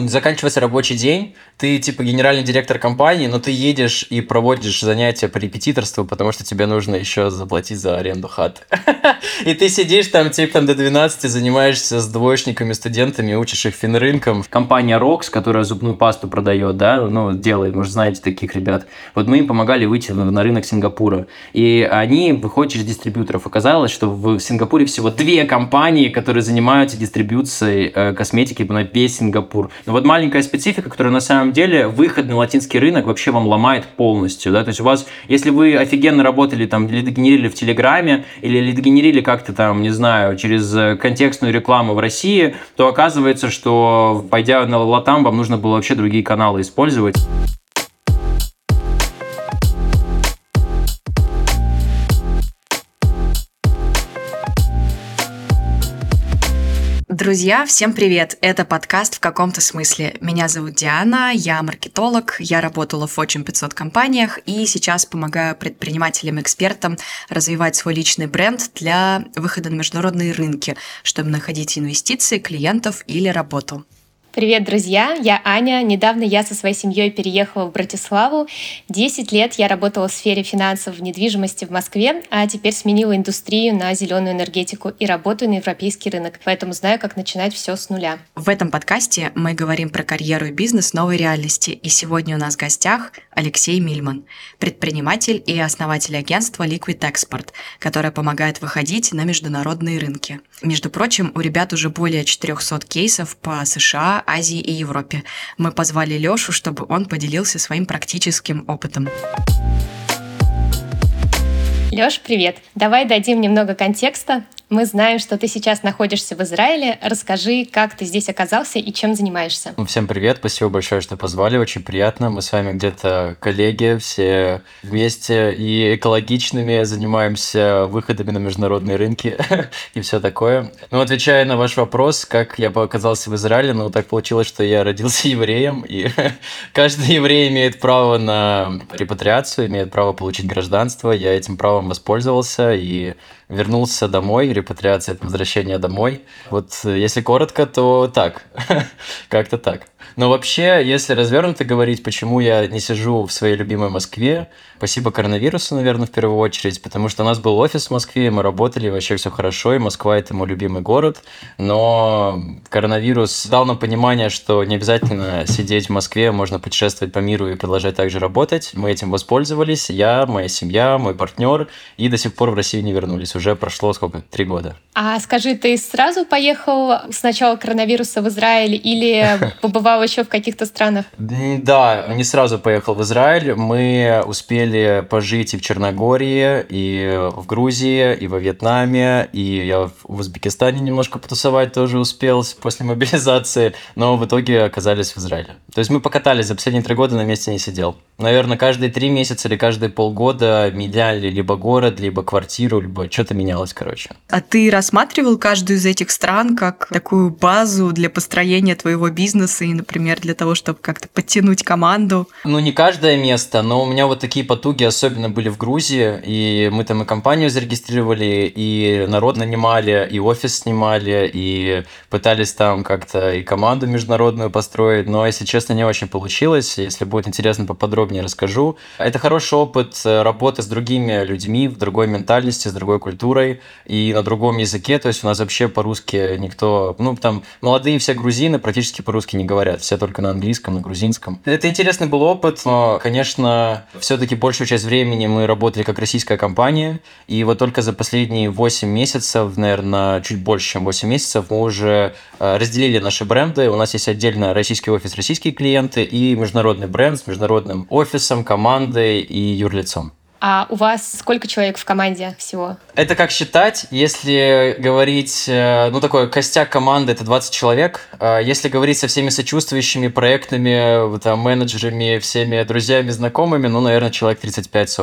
заканчивается рабочий день, ты типа генеральный директор компании, но ты едешь и проводишь занятия по репетиторству, потому что тебе нужно еще заплатить за аренду хаты. И ты сидишь там типа до 12, занимаешься с двоечниками, студентами, учишь их финрынкам. Компания Rox, которая зубную пасту продает, да, делает, может, знаете таких ребят. Вот мы им помогали выйти на рынок Сингапура. И они выходят через дистрибьюторов. Оказалось, что в Сингапуре всего 2 компании, которые занимаются дистрибьюцией косметики на весь Сингапур. Но вот маленькая специфика, которая на самом деле выход на латинский рынок вообще вам ломает полностью, да, то есть у вас, если вы офигенно работали там, лидогенерили в Телеграме или лидогенерили как-то там, не знаю, через контекстную рекламу в России, то оказывается, что пойдя на Латам, вам нужно было вообще другие каналы использовать. Друзья, всем привет! Это подкаст «В каком-то смысле». Меня зовут Диана, я маркетолог, я работала в Fortune 500 компаниях и сейчас помогаю предпринимателям-экспертам развивать свой личный бренд для выхода на международные рынки, чтобы находить инвестиции, клиентов или работу. Привет, друзья! Я Аня. Недавно я со своей семьей переехала в Братиславу. 10 лет я работала в сфере финансов в недвижимости в Москве, а теперь сменила индустрию на зеленую энергетику и работаю на европейский рынок, поэтому знаю, как начинать все с нуля. В этом подкасте мы говорим про карьеру и бизнес новой реальности, и сегодня у нас в гостях Алексей Мильман, предприниматель и основатель агентства Liquid Export, которое помогает выходить на международные рынки. Между прочим, у ребят уже более 400 кейсов по США, Азии и Европе. Мы позвали Лёшу, чтобы он поделился своим практическим опытом. Лёш, привет! Давай дадим немного контекста. Мы знаем, что ты сейчас находишься в Израиле. Расскажи, как ты здесь оказался и чем занимаешься. Всем привет, спасибо большое, что позвали, очень приятно. Мы с вами где-то коллеги, все вместе и экологичными, занимаемся выходами на международные рынки и все такое. Отвечая на ваш вопрос, как я оказался в Израиле, так получилось, что я родился евреем, и каждый еврей имеет право на репатриацию, имеет право получить гражданство. Я этим правом воспользовался и вернулся домой. Репатриация – это возвращение домой. Если коротко, то так. Как-то так. Но вообще, если развернуто говорить, почему я не сижу в своей любимой Москве, спасибо коронавирусу, наверное, в первую очередь, потому что у нас был офис в Москве, мы работали, вообще все хорошо, и Москва – это мой любимый город. Но коронавирус дал нам понимание, что не обязательно сидеть в Москве, можно путешествовать по миру и продолжать также работать. Мы этим воспользовались, я, моя семья, мой партнер, и до сих пор в Россию не вернулись. Уже прошло 3 года. А скажи, ты сразу поехал с начала коронавируса в Израиль или побывал еще в каких-то странах? Да, не сразу поехал в Израиль. Мы успели пожить и в Черногории, и в Грузии, и во Вьетнаме, и я в Узбекистане немножко потусовать тоже успел после мобилизации, но в итоге оказались в Израиле. То есть мы покатались, за последние 3 года на месте не сидел. Наверное, каждые 3 месяца или каждые полгода меняли либо город, либо квартиру, либо что-то менялось, короче. А ты рассматривал каждую из этих стран как такую базу для построения твоего бизнеса и, например, для того, чтобы как-то подтянуть команду? Не каждое место, но у меня такие потуги особенно были в Грузии, и мы там и компанию зарегистрировали, и народ нанимали, и офис снимали, и пытались там как-то и команду международную построить, но, если честно, не очень получилось. Если будет интересно, поподробнее расскажу. Это хороший опыт работы с другими людьми, в другой ментальности, с другой культурой и на другом языке, то есть у нас вообще по-русски никто, там молодые все грузины практически по-русски не говорят, все только на английском, на грузинском. Это интересный был опыт, но, конечно, все-таки большую часть времени мы работали как российская компания, и только за последние 8 месяцев, наверное, чуть больше, чем 8 месяцев, мы уже разделили наши бренды. У нас есть отдельно российский офис, российские клиенты и международный бренд с международным офисом, командой и юрлицом. А у вас сколько человек в команде всего? Это как считать, если говорить, такой костяк команды – это 20 человек. Если говорить со всеми сочувствующими проектными, менеджерами, всеми друзьями, знакомыми, наверное, человек 35-40.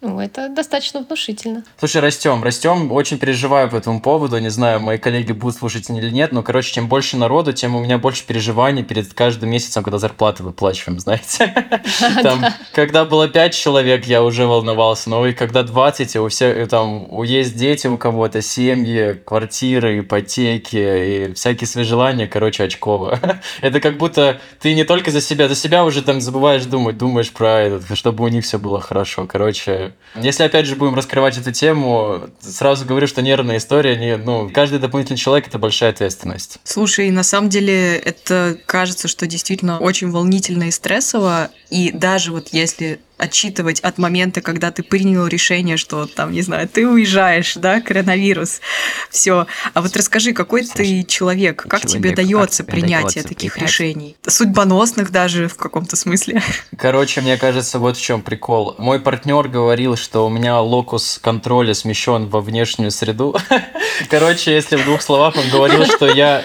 Ну, это достаточно внушительно. Слушай, растем, очень переживаю по этому поводу, не знаю, мои коллеги будут слушать или нет, но, короче, чем больше народу, тем у меня больше переживаний перед каждым месяцем, когда зарплаты выплачиваем, знаете. Там, когда было 5 человек, я уже волновался, но и когда 20, и у всех, там, есть дети у кого-то, семьи, квартиры, ипотеки и всякие свои желания, короче, очково. Это как будто ты не только за себя уже там забываешь думаешь про это, чтобы у них все было хорошо, короче. Если, опять же, будем раскрывать эту тему, сразу говорю, что нервная история, каждый дополнительный человек – это большая ответственность. Слушай, на самом деле это кажется, что действительно очень волнительно и стрессово, и даже вот если отчитывать от момента, когда ты принял решение, что там, не знаю, ты уезжаешь, да, коронавирус, все. А вот расскажи, какой ты человек, как тебе дается принятие таких решений? Судьбоносных даже в каком-то смысле. Короче, мне кажется, вот в чем прикол. Мой партнер говорил, что у меня локус контроля смещен во внешнюю среду. Короче, если в 2 словах, он говорил, что я...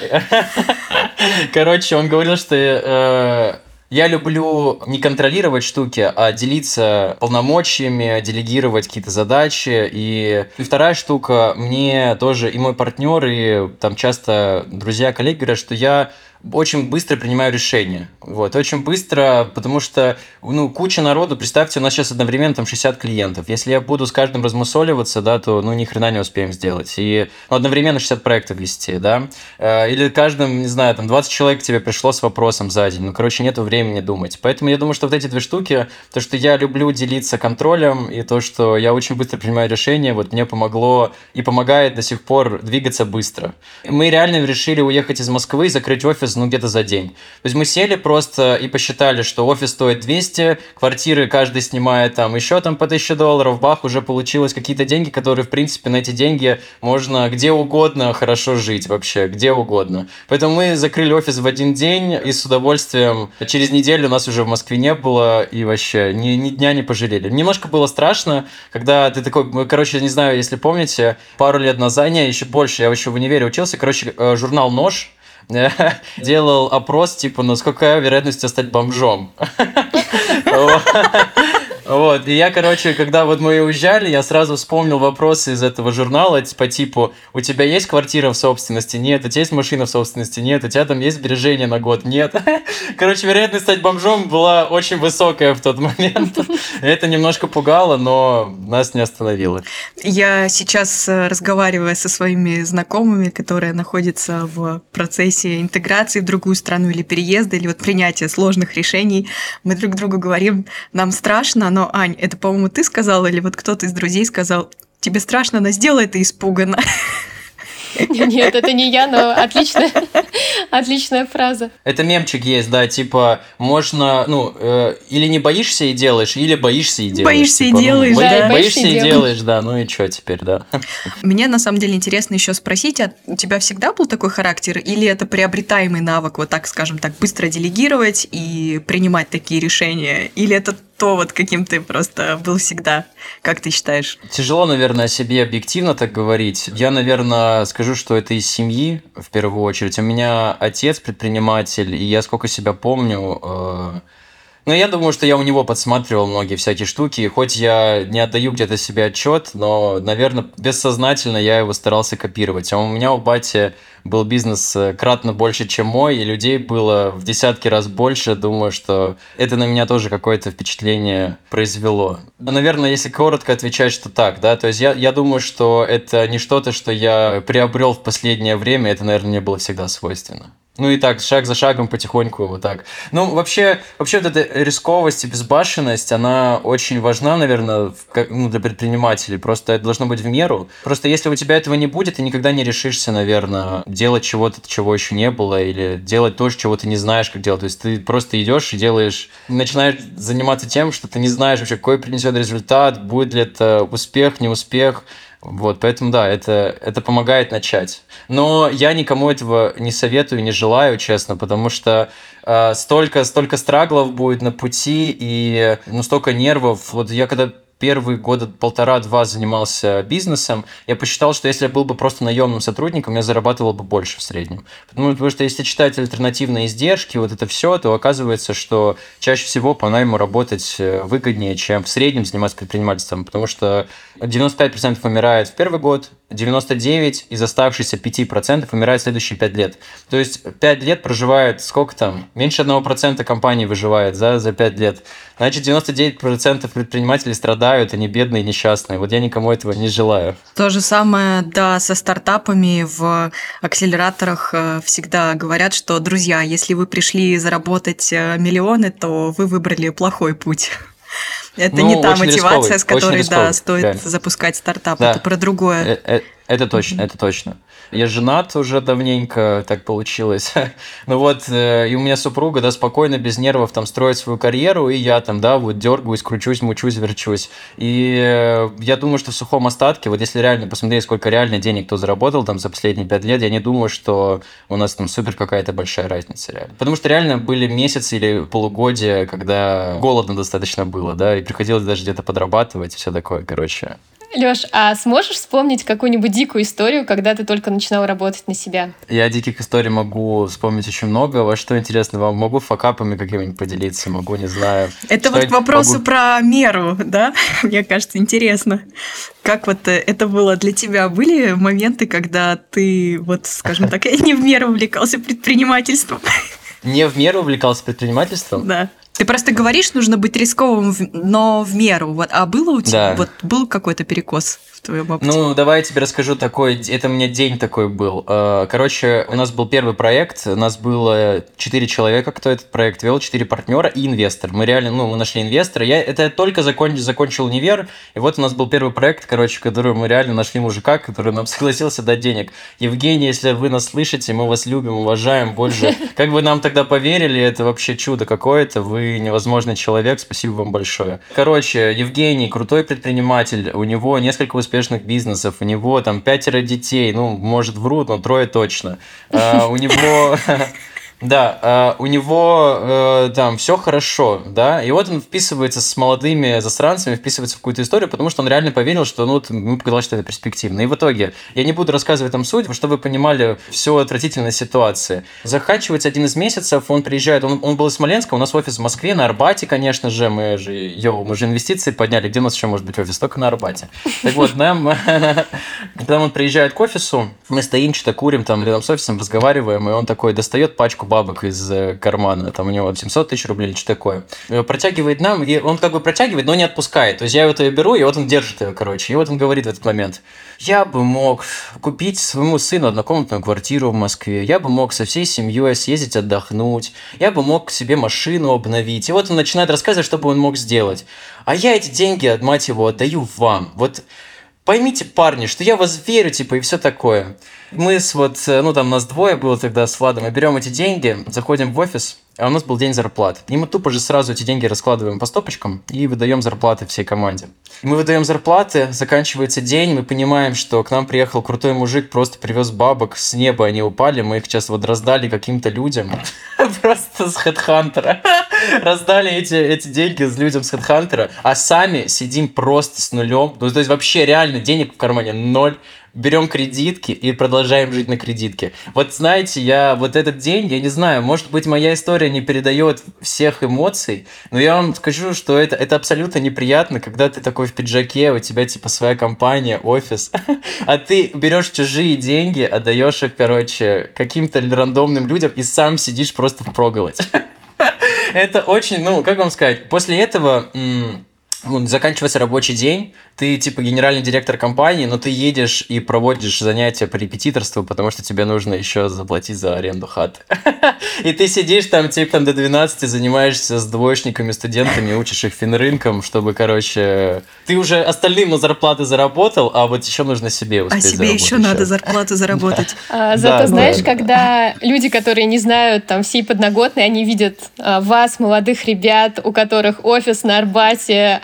Короче, он говорил, что я люблю не контролировать штуки, а делиться полномочиями, делегировать какие-то задачи. И вторая штука, мне тоже и мой партнер, и там часто друзья, коллеги говорят, что я очень быстро принимаю решения. Вот, очень быстро, потому что, куча народу, представьте, у нас сейчас одновременно там 60 клиентов. Если я буду с каждым размусоливаться, да, то, ни хрена не успеем сделать. И одновременно 60 проектов вести, да. Или каждым, не знаю, там 20 человек к тебе пришло с вопросом за день. Нету времени думать. Поэтому я думаю, что вот эти 2 штуки, то, что я люблю делиться контролем, и то, что я очень быстро принимаю решения, вот мне помогло и помогает до сих пор двигаться быстро. Мы реально решили уехать из Москвы и закрыть офис где-то за день. То есть мы сели просто и посчитали, что офис стоит 200, квартиры каждый снимает там еще там по $1000, бах, уже получилось какие-то деньги, которые, в принципе, на эти деньги можно где угодно хорошо жить вообще, где угодно. Поэтому мы закрыли офис в один день и с удовольствием через неделю нас уже в Москве не было и вообще ни дня не пожалели. Немножко было страшно, когда ты такой, не знаю, если помните, пару лет назад, еще больше, я еще в универе учился, журнал «Нож» делал опрос, насколько вероятность у тебя стать бомжом. Вот, и я, когда мы уезжали, я сразу вспомнил вопросы из этого журнала, по типу, у тебя есть квартира в собственности? Нет. У тебя есть машина в собственности? Нет. У тебя там есть сбережения на год? Нет. Вероятность стать бомжом была очень высокая в тот момент. Это немножко пугало, но нас не остановило. Я сейчас, разговаривая со своими знакомыми, которые находятся в процессе интеграции в другую страну или переезда, или принятия сложных решений, мы друг другу говорим, нам страшно, но, Ань, это, по-моему, ты сказала, или кто-то из друзей сказал, тебе страшно, но сделай это испуганно. Нет, это не я, но отличная фраза. Это мемчик есть, да, можно, или не боишься и делаешь, или боишься и делаешь. Боишься и делаешь, да. Боишься и делаешь, да, и что теперь, да. Мне, на самом деле, интересно еще спросить, а у тебя всегда был такой характер, или это приобретаемый навык, скажем так, быстро делегировать и принимать такие решения, или это то, каким ты просто был всегда? Как ты считаешь? Тяжело, наверное, о себе объективно так говорить. Я, наверное, скажу, что это из семьи, в первую очередь. У меня отец предприниматель, и я сколько себя помню... я думаю, что я у него подсматривал многие всякие штуки, и хоть я не отдаю где-то себе отчет, но, наверное, бессознательно я его старался копировать. А у меня у бати был бизнес кратно больше, чем мой, и людей было в десятки раз больше. Думаю, что это на меня тоже какое-то впечатление произвело. Наверное, если коротко отвечать, что так, да, то есть я думаю, что это не что-то, что я приобрел в последнее время, это, наверное, мне было всегда свойственно. И так, шаг за шагом, потихоньку, вот так. Вообще вот эта рисковость и безбашенность, она очень важна, наверное, для предпринимателей. Просто это должно быть в меру. Просто если у тебя этого не будет, ты никогда не решишься, наверное, делать чего-то, чего еще не было, или делать то, чего ты не знаешь, как делать. То есть ты просто идешь и делаешь, начинаешь заниматься тем, что ты не знаешь вообще, какой принесет результат, будет ли это успех, не успех. Вот, поэтому да, это помогает начать. Но я никому этого не советую, не желаю, честно, потому что столько страглов будет на пути и столько нервов. Вот я когда первые года 1,5-2 занимался бизнесом, я посчитал, что если я был бы просто наемным сотрудником, я зарабатывал бы больше в среднем. Потому что если читать альтернативные издержки, вот это все, то оказывается, что чаще всего по найму работать выгоднее, чем в среднем заниматься предпринимательством, потому что 95% умирает в первый год, 99% из оставшихся 5% умирает в следующие 5 лет. То есть 5 лет проживает, сколько там? Меньше 1% компаний выживает за 5 лет. Значит, 99% предпринимателей страдают, они бедные и несчастные. Вот я никому этого не желаю. То же самое, да, со стартапами в акселераторах всегда говорят, что, друзья, если вы пришли заработать миллионы, то вы выбрали плохой путь. Это не та мотивация, с которой, да, стоит реально запускать стартап. Да. Это про другое. Это точно. Я женат уже давненько, так получилось. Ну вот, и у меня супруга, да, спокойно, без нервов там строит свою карьеру, и я там, да, вот дергаюсь, кручусь, мучусь, верчусь. И я думаю, что в сухом остатке, вот если реально посмотреть, сколько реально денег кто заработал там за последние 5 лет, я не думаю, что у нас там супер какая-то большая разница реально. Потому что реально были месяцы или полугодия, когда голодно достаточно было, да, и приходилось даже где-то подрабатывать и все такое, короче. Лёш, а сможешь вспомнить какую-нибудь дикую историю, когда ты только начинал работать на себя? Я диких историй могу вспомнить очень много. Во что интересно вам? Могу факапами какими-нибудь поделиться, могу, не знаю. Это вот к вопросу про меру, да? Мне кажется, интересно. Как вот это было для тебя? Были моменты, когда ты, вот, скажем так, не в меру увлекался предпринимательством? Не в меру увлекался предпринимательством? Да. Ты просто говоришь, нужно быть рисковым, но в меру. Вот, а было у тебя, вот был какой-то перекос в твоем опыте? Ну, давай я тебе расскажу такой, это у меня день такой был. Короче, у нас был первый проект, у нас было 4 человека, кто этот проект вел, 4 партнера и инвестор. Мы реально, мы нашли инвестора. Я только закончил универ, и вот у нас был первый проект, короче, который мы реально нашли мужика, который нам согласился дать денег. Евгений, если вы нас слышите, мы вас любим, уважаем, больше. Как вы нам тогда поверили, это вообще чудо какое-то, вы невозможный человек, спасибо вам большое. Короче, Евгений крутой предприниматель, у него несколько успешных бизнесов, у него там 5 детей, может врут, но 3 точно. У него... Да, у него там все хорошо, да, и вот он вписывается с молодыми засранцами, вписывается в какую-то историю, потому что он реально поверил, что, ему показалось, что это перспективно. И в итоге, я не буду рассказывать там суть, чтобы вы понимали всю отвратительность ситуации. Заканчивается один из месяцев, он приезжает, он был из Смоленска, у нас офис в Москве, на Арбате, конечно же, мы же инвестиции подняли, где у нас еще может быть офис, только на Арбате. Так вот, когда он приезжает к офису, мы стоим, что-то курим, там рядом с офисом разговариваем, и он такой достает пачку бабок из кармана, там у него 700 тысяч рублей или что такое. Протягивает нам, и он как бы протягивает, но не отпускает. То есть я вот ее беру, и вот он держит ее, короче. И вот он говорит в этот момент: я бы мог купить своему сыну однокомнатную квартиру в Москве, я бы мог со всей семьей съездить отдохнуть, я бы мог себе машину обновить. И вот он начинает рассказывать, что бы он мог сделать. А я эти деньги, мать его, отдаю вам. Вот поймите, парни, что я вас верю, и все такое. Мы там нас 2 было тогда с Владом, мы берем эти деньги, заходим в офис, а у нас был день зарплат. И мы тупо же сразу эти деньги раскладываем по стопочкам и выдаем зарплаты всей команде. И мы выдаем зарплаты, заканчивается день, мы понимаем, что к нам приехал крутой мужик, просто привез бабок с неба, они упали, мы их сейчас раздали каким-то людям, просто с HeadHunter. Раздали эти деньги людям с HeadHunter, а сами сидим просто с нулем. То есть вообще реально денег в кармане 0. Берем кредитки и продолжаем жить на кредитке. Вот знаете, этот день, я не знаю, может быть, моя история не передает всех эмоций, но я вам скажу, что это абсолютно неприятно, когда ты такой в пиджаке, у тебя своя компания, офис, а ты берешь чужие деньги, отдаешь их, каким-то рандомным людям и сам сидишь просто впроголодь. Это очень, как вам сказать, после этого... заканчивается рабочий день, ты генеральный директор компании, но ты едешь и проводишь занятия по репетиторству, потому что тебе нужно еще заплатить за аренду хаты. И ты сидишь там до 12, занимаешься с двоечниками, студентами, учишь их финрынком, чтобы, ты уже остальным на зарплаты заработал, а вот еще нужно себе успеть заработать. А себе еще надо зарплату заработать. Зато знаешь, когда люди, которые не знают всей подноготной, они видят вас, молодых ребят, у которых офис на Арбате,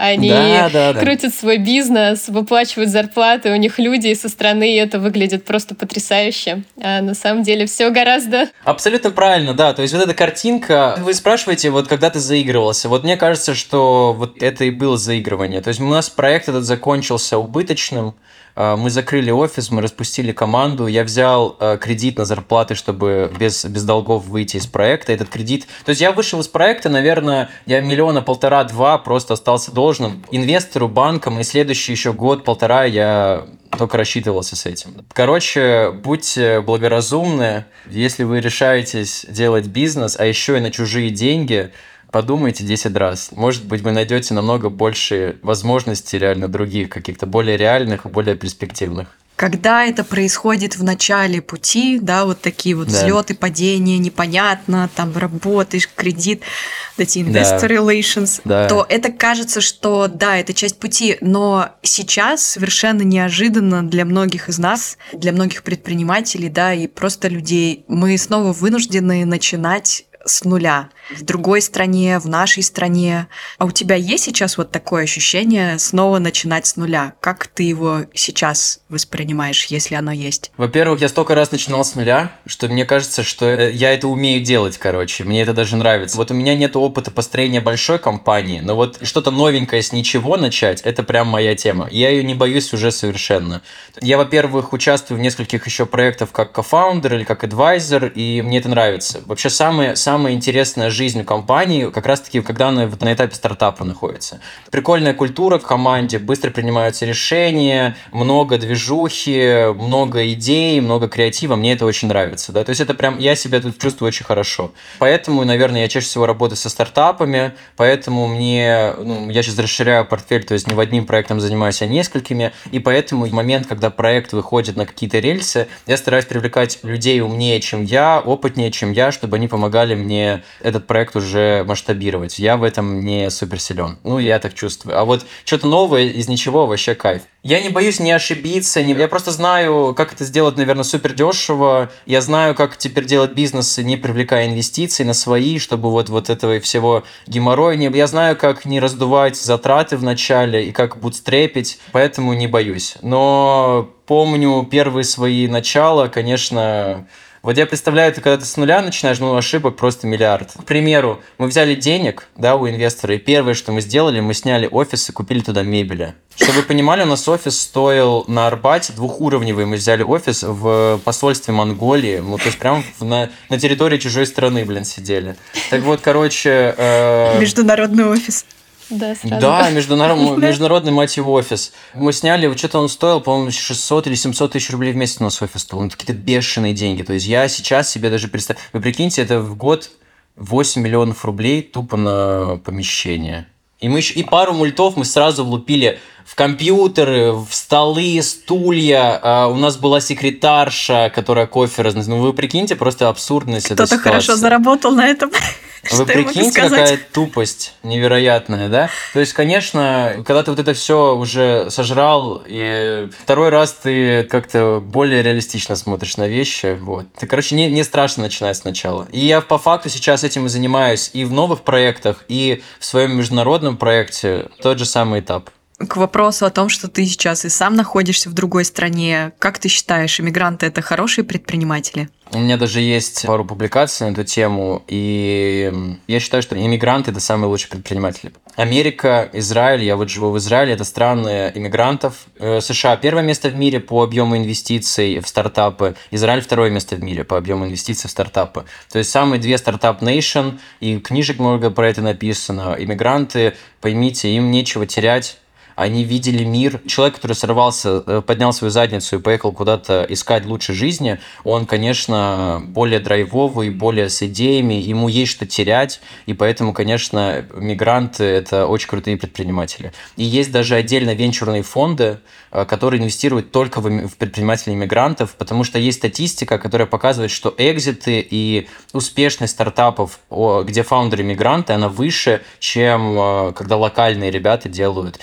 Они Да. крутят свой бизнес, выплачивают зарплаты, у них люди, и со стороны это выглядит просто потрясающе. А на самом деле все гораздо... Абсолютно правильно, да. То есть вот эта картинка, вы спрашиваете, вот когда ты заигрывался. Вот мне кажется, что вот это и было заигрывание. То есть у нас проект этот закончился убыточным. Мы закрыли офис, мы распустили команду, я взял кредит на зарплаты, чтобы без долгов выйти из проекта. Этот кредит... То есть я вышел из проекта, наверное, я 1,5-1,5 миллиона просто остался должным инвестору, банкам, и следующий еще год-полтора я только рассчитывался с этим. Короче, будьте благоразумны, если вы решаетесь делать бизнес, а еще и на чужие деньги, подумайте 10 раз. Может быть, вы найдете намного больше возможностей реально других, каких-то более реальных и более перспективных. Когда это происходит в начале пути, да, вот такие вот взлеты, падения, непонятно, там работаешь, кредит, эти investor relations, то это кажется, что да, это часть пути, но сейчас совершенно неожиданно для многих из нас, для многих предпринимателей, да, и просто людей, мы снова вынуждены начинать с нуля. В другой стране, в нашей стране. А у тебя есть сейчас вот такое ощущение снова начинать с нуля? Как ты его сейчас воспринимаешь, если оно есть? Во-первых, я столько раз начинал с нуля, что мне кажется, что я это умею делать, короче. Мне это даже нравится. Вот у меня нет опыта построения большой компании, но вот что-то новенькое с ничего начать, это прям моя тема. Я ее не боюсь уже совершенно. Я, во-первых, участвую в нескольких еще проектах как кофаундер или как адвайзер, и мне это нравится. Вообще, самая интересная жизнь у компании как раз-таки, когда она на этапе стартапа находится. Прикольная культура в команде, быстро принимаются решения, много движухи, много идей, много креатива. Мне это очень нравится. Да? То есть это прям, я себя тут чувствую очень хорошо. Поэтому, наверное, я чаще всего работаю со стартапами, поэтому я сейчас расширяю портфель, то есть не одним проектом занимаюсь, а несколькими, и поэтому в момент, когда проект выходит на какие-то рельсы, я стараюсь привлекать людей умнее, чем я, опытнее, чем я, чтобы они помогали мне этот проект уже масштабировать. Я в этом не супер силен. Я так чувствую. А вот что-то новое из ничего вообще кайф. Я не боюсь не ошибиться, я просто знаю, как это сделать, наверное, супер дешево. Я знаю, как теперь делать бизнес, не привлекая инвестиций на свои, чтобы вот этого всего геморроя не было. Я знаю, как не раздувать затраты в начале и как бутстрепить, поэтому не боюсь. Но помню первые свои начала, конечно... Вот я представляю, когда ты с нуля начинаешь, ошибок просто миллиард. К примеру, мы взяли денег, у инвестора, и первое, что мы сделали, мы сняли офис и купили туда мебели. Чтобы вы понимали, у нас офис стоил на Арбате двухуровневый. Мы взяли офис в посольстве Монголии, то есть прям на территории чужой страны, сидели. Так вот, короче... Международный офис. Да, сразу. Да, международный, мать его, офис. Мы сняли, что-то он стоил, по-моему, 600 или 700 тысяч рублей в месяц у нас офис стоил. Какие-то бешеные деньги. То есть я сейчас себе даже представляю... Вы прикиньте, это в год 8 миллионов рублей тупо на помещение. И мы еще и пару мультов мы сразу влупили в компьютеры, в столы, стулья. У нас была секретарша, которая кофе разносит. Вы прикиньте, просто абсурдность этой ситуации. Кто-то хорошо заработал на этом. Вы прикиньте, какая тупость невероятная, да? То есть, конечно, когда ты вот это все уже сожрал, и второй раз ты как-то более реалистично смотришь на вещи, вот. Ты, короче, не страшно начинать сначала. И я по факту сейчас этим и занимаюсь и в новых проектах, и в своем международном проекте тот же самый этап. К вопросу о том, что ты сейчас и сам находишься в другой стране, как ты считаешь, иммигранты – это хорошие предприниматели? У меня даже есть пару публикаций на эту тему, и я считаю, что иммигранты – это самые лучшие предприниматели. Америка, Израиль, я вот живу в Израиле, это страны иммигрантов. США – первое место в мире по объему инвестиций в стартапы, Израиль – второе место в мире по объему инвестиций в стартапы. То есть самые две стартап-нейшн, и книжек много про это написано. Иммигранты, поймите, им нечего терять. Они видели мир. Человек, который сорвался, поднял свою задницу и поехал куда-то искать лучшей жизни, он, конечно, более драйвовый, более с идеями, ему есть что терять, и поэтому, конечно, мигранты – это очень крутые предприниматели. И есть даже отдельно венчурные фонды, которые инвестируют только в предпринимателей мигрантов, потому что есть статистика, которая показывает, что экзиты и успешность стартапов, где фаундеры мигранты, она выше, чем когда локальные ребята делают. И на место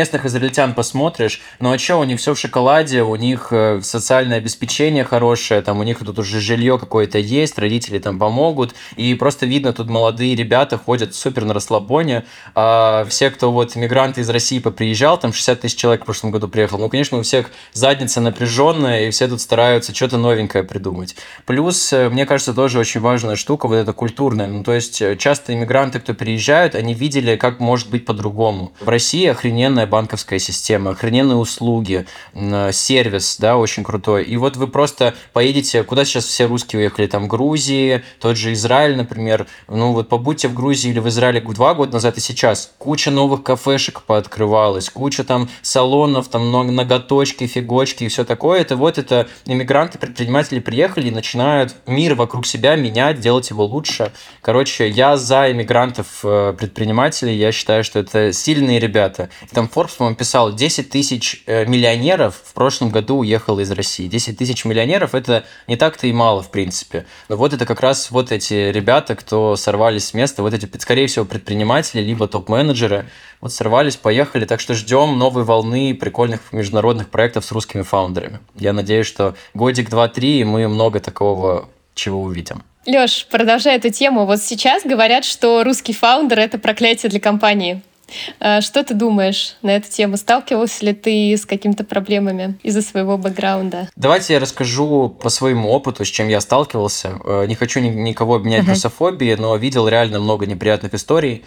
местных израильтян посмотришь, ну а что, у них все в шоколаде, у них социальное обеспечение хорошее, там у них тут уже жилье какое-то есть, родители там помогут, и просто видно, тут молодые ребята ходят супер на расслабоне, а все, кто вот иммигранты из России поприезжал, там 60 тысяч человек в прошлом году приехал, ну, конечно, у всех задница напряженная, и все тут стараются что-то новенькое придумать. Плюс, мне кажется, тоже очень важная штука, вот эта культурная, ну, то есть часто иммигранты, кто приезжают, они видели, как может быть по-другому. В России охрененная банковская система, охрененные услуги, сервис, да, очень крутой. И вот вы просто поедете, куда сейчас все русские уехали, там, Грузии, тот же Израиль, например, ну, вот побудьте в Грузии или в Израиле 2 года назад и сейчас. Куча новых кафешек пооткрывалась, куча там салонов, там ноготочки, фигочки и все такое. Это иммигранты, предприниматели приехали и начинают мир вокруг себя менять, делать его лучше. Короче, я за иммигрантов предпринимателей, я считаю, что это сильные ребята. Там Forbes, по-моему, писал, 10 тысяч миллионеров в прошлом году уехало из России. 10 тысяч миллионеров – это не так-то и мало, в принципе. Но вот это как раз вот эти ребята, кто сорвались с места, вот эти, скорее всего, предприниматели, либо топ-менеджеры, вот сорвались, поехали. Так что ждем новой волны прикольных международных проектов с русскими фаундерами. Я надеюсь, что годик, 2-3, и мы много такого чего увидим. Лёш, продолжая эту тему, вот сейчас говорят, что русский фаундер — это проклятие для компании. Что ты думаешь на эту тему? Сталкивался ли ты с какими-то проблемами из-за своего бэкграунда? Давайте я расскажу по своему опыту, с чем я сталкивался. Не хочу никого обвинять в русофобии, но видел реально много неприятных историй.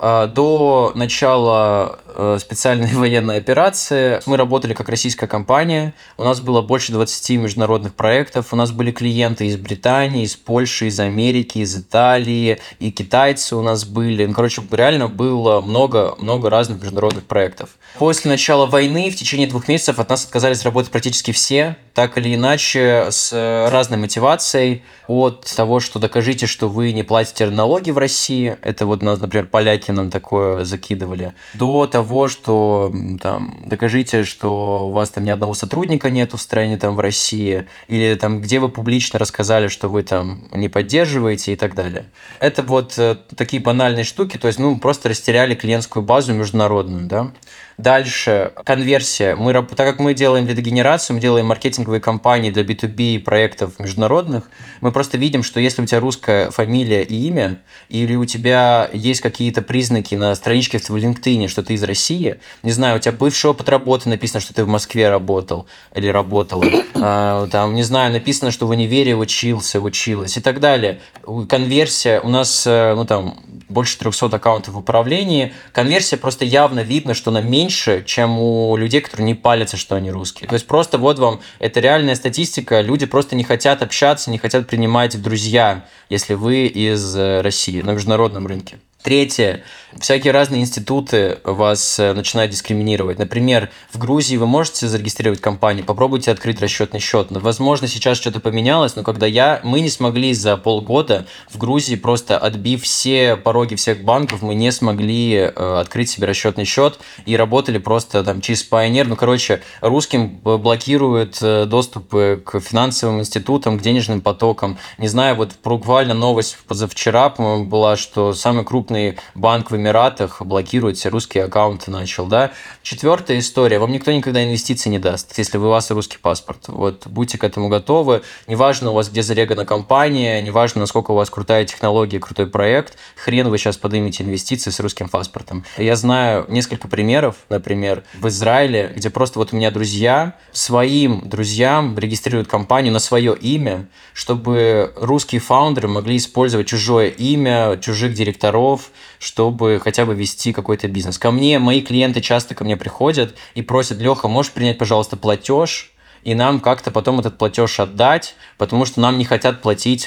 До начала специальной военной операции мы работали как российская компания. У нас было больше 20 международных проектов. У нас были клиенты из Британии, из Польши, из Америки, из Италии. И китайцы у нас были. Ну, короче, реально было много разных международных проектов. После начала войны в течение 2 месяцев от нас отказались работать практически все, так или иначе, с разной мотивацией. От того, что докажите, что вы не платите налоги в России. Это вот, например, поляки нам такое закидывали. До того, что там докажите, что у вас там ни одного сотрудника нету в стране, там в России, или там где вы публично рассказали, что вы там не поддерживаете и так далее. Это вот такие банальные штуки, то есть, ну, просто растеряли клиентскую базу международную, да. Дальше, конверсия. Так как мы делаем лидогенерацию, мы делаем маркетинговые кампании для B2B проектов международных, мы просто видим, что если у тебя русская фамилия и имя, или у тебя есть какие-то признаки на страничке в LinkedIn, что ты из России, не знаю, у тебя бывший опыт работы, написано, что ты в Москве работал или работала, там, не знаю, написано, что в универе училась и так далее. Конверсия, у нас, ну, там, больше 300 аккаунтов в управлении, конверсия просто явно видно, что она меньше, чем у людей, которые не палятся, что они русские. То есть просто вот вам, это реальная статистика, люди просто не хотят общаться, не хотят принимать в друзья, если вы из России на международном рынке. Третье. Всякие разные институты вас начинают дискриминировать. Например, в Грузии вы можете зарегистрировать компанию, попробуйте открыть расчетный счет. Возможно, сейчас что-то поменялось, но когда мы не смогли за полгода в Грузии, просто отбив все пороги всех банков, мы не смогли открыть себе расчетный счет и работали просто там через Pioneer. Ну, короче, русским блокируют доступ к финансовым институтам, к денежным потокам. Не знаю, вот буквально новость позавчера, по-моему, была, что самый крупный банк в Эмиратах блокирует все русские аккаунты начал, да. 4-я история. Вам никто никогда инвестиций не даст, если у вас русский паспорт. Вот будьте к этому готовы. Неважно у вас, где зарегана компания, неважно, насколько у вас крутая технология, крутой проект, хрен вы сейчас поднимете инвестиции с русским паспортом. Я знаю несколько примеров, например, в Израиле, где просто вот у меня друзья своим друзьям регистрируют компанию на свое имя, чтобы русские фаундеры могли использовать чужое имя, чужих директоров, чтобы хотя бы вести какой-то бизнес. Мои клиенты часто ко мне приходят и просят: Леха, можешь принять, пожалуйста, платеж, и нам как-то потом этот платеж отдать, потому что нам не хотят платить,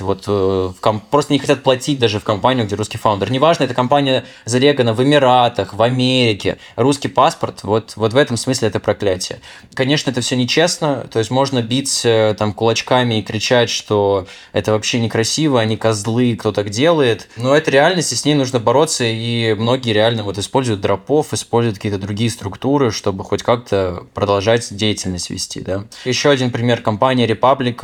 просто не хотят платить даже в компанию, где русский фаундер. Неважно, эта компания зарегана в Эмиратах, в Америке. Русский паспорт, вот в этом смысле это проклятие. Конечно, это все нечестно, то есть можно бить там кулачками и кричать, что это вообще некрасиво, они козлы, кто так делает, но это реальность, и с ней нужно бороться, и многие реально вот используют дропов, используют какие-то другие структуры, чтобы хоть как-то продолжать деятельность вести, да. Еще один пример. Компания Репаблика.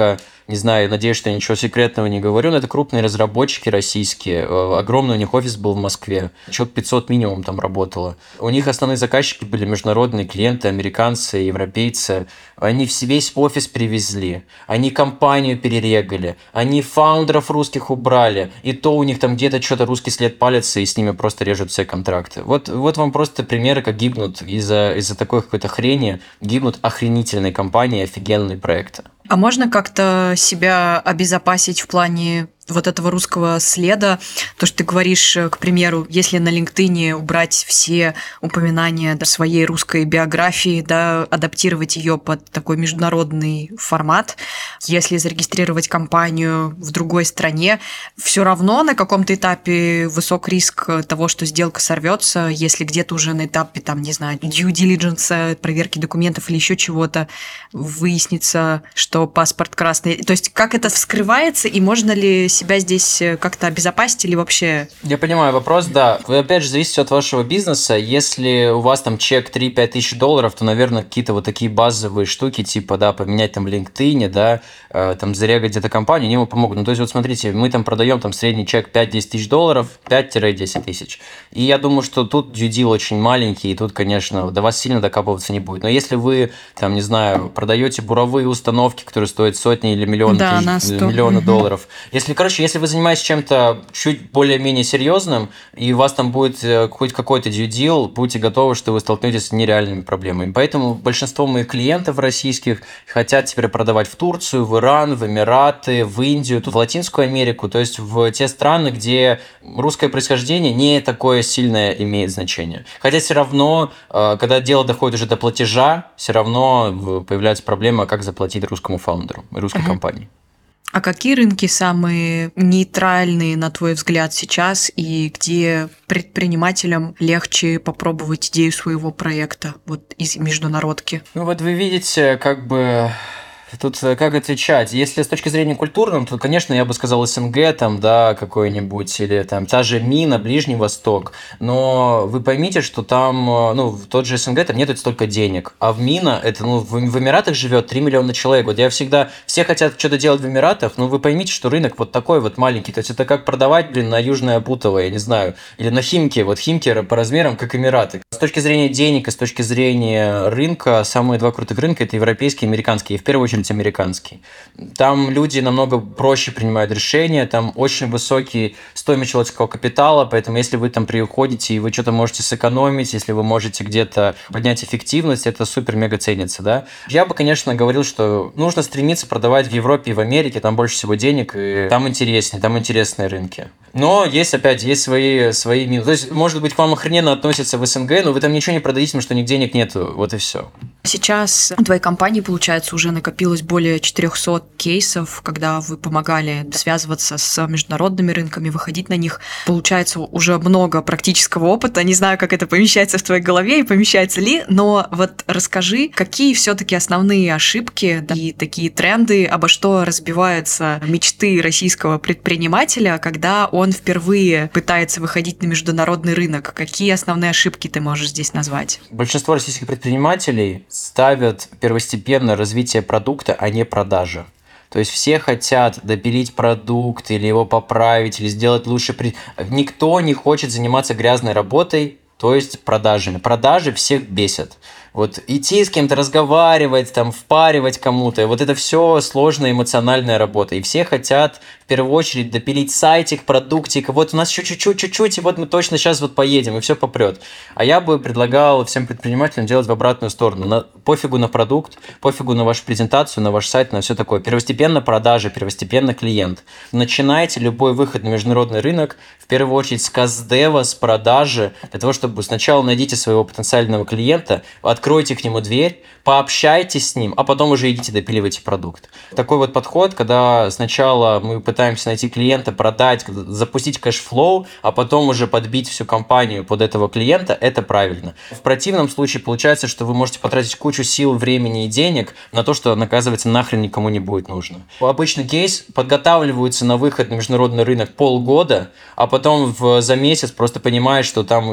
не знаю, надеюсь, что я ничего секретного не говорю, но это крупные разработчики российские. Огромный у них офис был в Москве. Человек 500 минимум там работало. У них основные заказчики были международные клиенты, американцы, европейцы. Они весь офис привезли. Они компанию перерегали. Они фаундеров русских убрали. И то у них там где-то что-то русский след палится, и с ними просто режут все контракты. Вот вам просто примеры, как гибнут из-за такой какой-то хрени, гибнут охренительные компании, офигенные проекты. А можно как-то себя обезопасить в плане вот этого русского следа? То, что ты говоришь, к примеру, если на LinkedIn убрать все упоминания своей русской биографии, да, адаптировать ее под такой международный формат, если зарегистрировать компанию в другой стране, все равно на каком-то этапе высок риск того, что сделка сорвется, если где-то уже на этапе, там, не знаю, due diligence, проверки документов или еще чего-то выяснится, что паспорт красный. То есть как это вскрывается и можно ли себя здесь как-то обезопасить или вообще? Я понимаю вопрос, да. Вы, опять же, зависите от вашего бизнеса. Если у вас там чек 3-5 тысяч долларов, то, наверное, какие-то вот такие базовые штуки, типа, да, поменять там в LinkedIn, да, там зарегать где-то компанию, они ему помогут. Ну, то есть, вот смотрите, мы там продаем там средний чек 5-10 тысяч долларов, 5-10 тысяч. И я думаю, что тут due deal очень маленький, и тут, конечно, до вас сильно докапываться не будет. Но если вы, там, не знаю, продаете буровые установки, которые стоят сотни или миллионы, да, миллионы долларов. Если вы занимаетесь чем-то чуть более-менее серьезным, и у вас там будет хоть какой-то due deal, будьте готовы, что вы столкнетесь с нереальными проблемами. Поэтому большинство моих клиентов российских хотят теперь продавать в Турцию, в Иран, в Эмираты, в Индию, в Латинскую Америку, то есть в те страны, где русское происхождение не такое сильное имеет значение. Хотя все равно, когда дело доходит уже до платежа, все равно появляется проблема, как заплатить русскому фаундеру, русской компании. А какие рынки самые нейтральные, на твой взгляд, сейчас, и где предпринимателям легче попробовать идею своего проекта вот из международки? Ну вот вы видите, как бы... Тут как отвечать? Если с точки зрения культурной, то, конечно, я бы сказал СНГ, там, да, какой-нибудь, или там та же МИНа, Ближний Восток. Но вы поймите, что там, ну, в тот же СНГ там нет столько денег. А в МИНа, это, ну, в Эмиратах живет 3 миллиона человек. Вот я всегда, все хотят что-то делать в Эмиратах, но вы поймите, что рынок вот такой вот маленький. То есть это как продавать, на Южное Бутово, я не знаю, или на Химки. Вот Химки по размерам, как Эмираты. С точки зрения денег и с точки зрения рынка, самые два крутых рынка – это европейский и американский. И в первую очередь американский. Там люди намного проще принимают решения, там очень высокий стоимость человеческого капитала, поэтому если вы там приходите и вы что-то можете сэкономить, если вы можете где-то поднять эффективность, это супер-мега ценится, да. Я бы, конечно, говорил, что нужно стремиться продавать в Европе и в Америке, там больше всего денег, и там интереснее, там интересные рынки. Но есть, опять, есть свои минусы. То есть, может быть, к вам охрененно относятся в СНГ, но вы там ничего не продаете, потому что них денег нету, вот и все. Сейчас у твоей компании, получается, уже накопилось более 400 кейсов, когда вы помогали связываться с международными рынками, выходить на них. Получается, уже много практического опыта. Не знаю, как это помещается в твоей голове и помещается ли, но вот расскажи, какие все-таки основные ошибки, да, и такие тренды, обо что разбиваются мечты российского предпринимателя, когда он впервые пытается выходить на международный рынок. Какие основные ошибки ты можешь здесь назвать? Большинство российских предпринимателей ставят первостепенно развитие продукта, а не продажи. То есть все хотят допилить продукт или его поправить, или сделать лучше. Никто не хочет заниматься грязной работой, то есть продажами. Продажи всех бесят. Вот идти с кем-то разговаривать, там, впаривать кому-то, вот это все сложная эмоциональная работа. И все хотят в первую очередь допилить сайтик, продуктик. Вот у нас еще чуть-чуть, и вот мы точно сейчас вот поедем, и все попрет. А я бы предлагал всем предпринимателям делать в обратную сторону. Пофигу на продукт, пофигу на вашу презентацию, на ваш сайт, на все такое. Первостепенно продажи, первостепенно клиент. Начинайте любой выход на международный рынок в первую очередь с каздева, с продажи, для того, чтобы сначала найдите своего потенциального клиента, откройте к нему дверь, пообщайтесь с ним, а потом уже идите допиливайте продукт. Такой вот подход, когда сначала мы пытаемся найти клиента, продать, запустить кэшфлоу, а потом уже подбить всю компанию под этого клиента, это правильно. В противном случае получается, что вы можете потратить кучу сил, времени и денег на то, что, оказывается, нахрен никому не будет нужно. Обычный кейс подготавливаются на выход на международный рынок полгода, а потом за месяц просто понимаешь, что там их вообще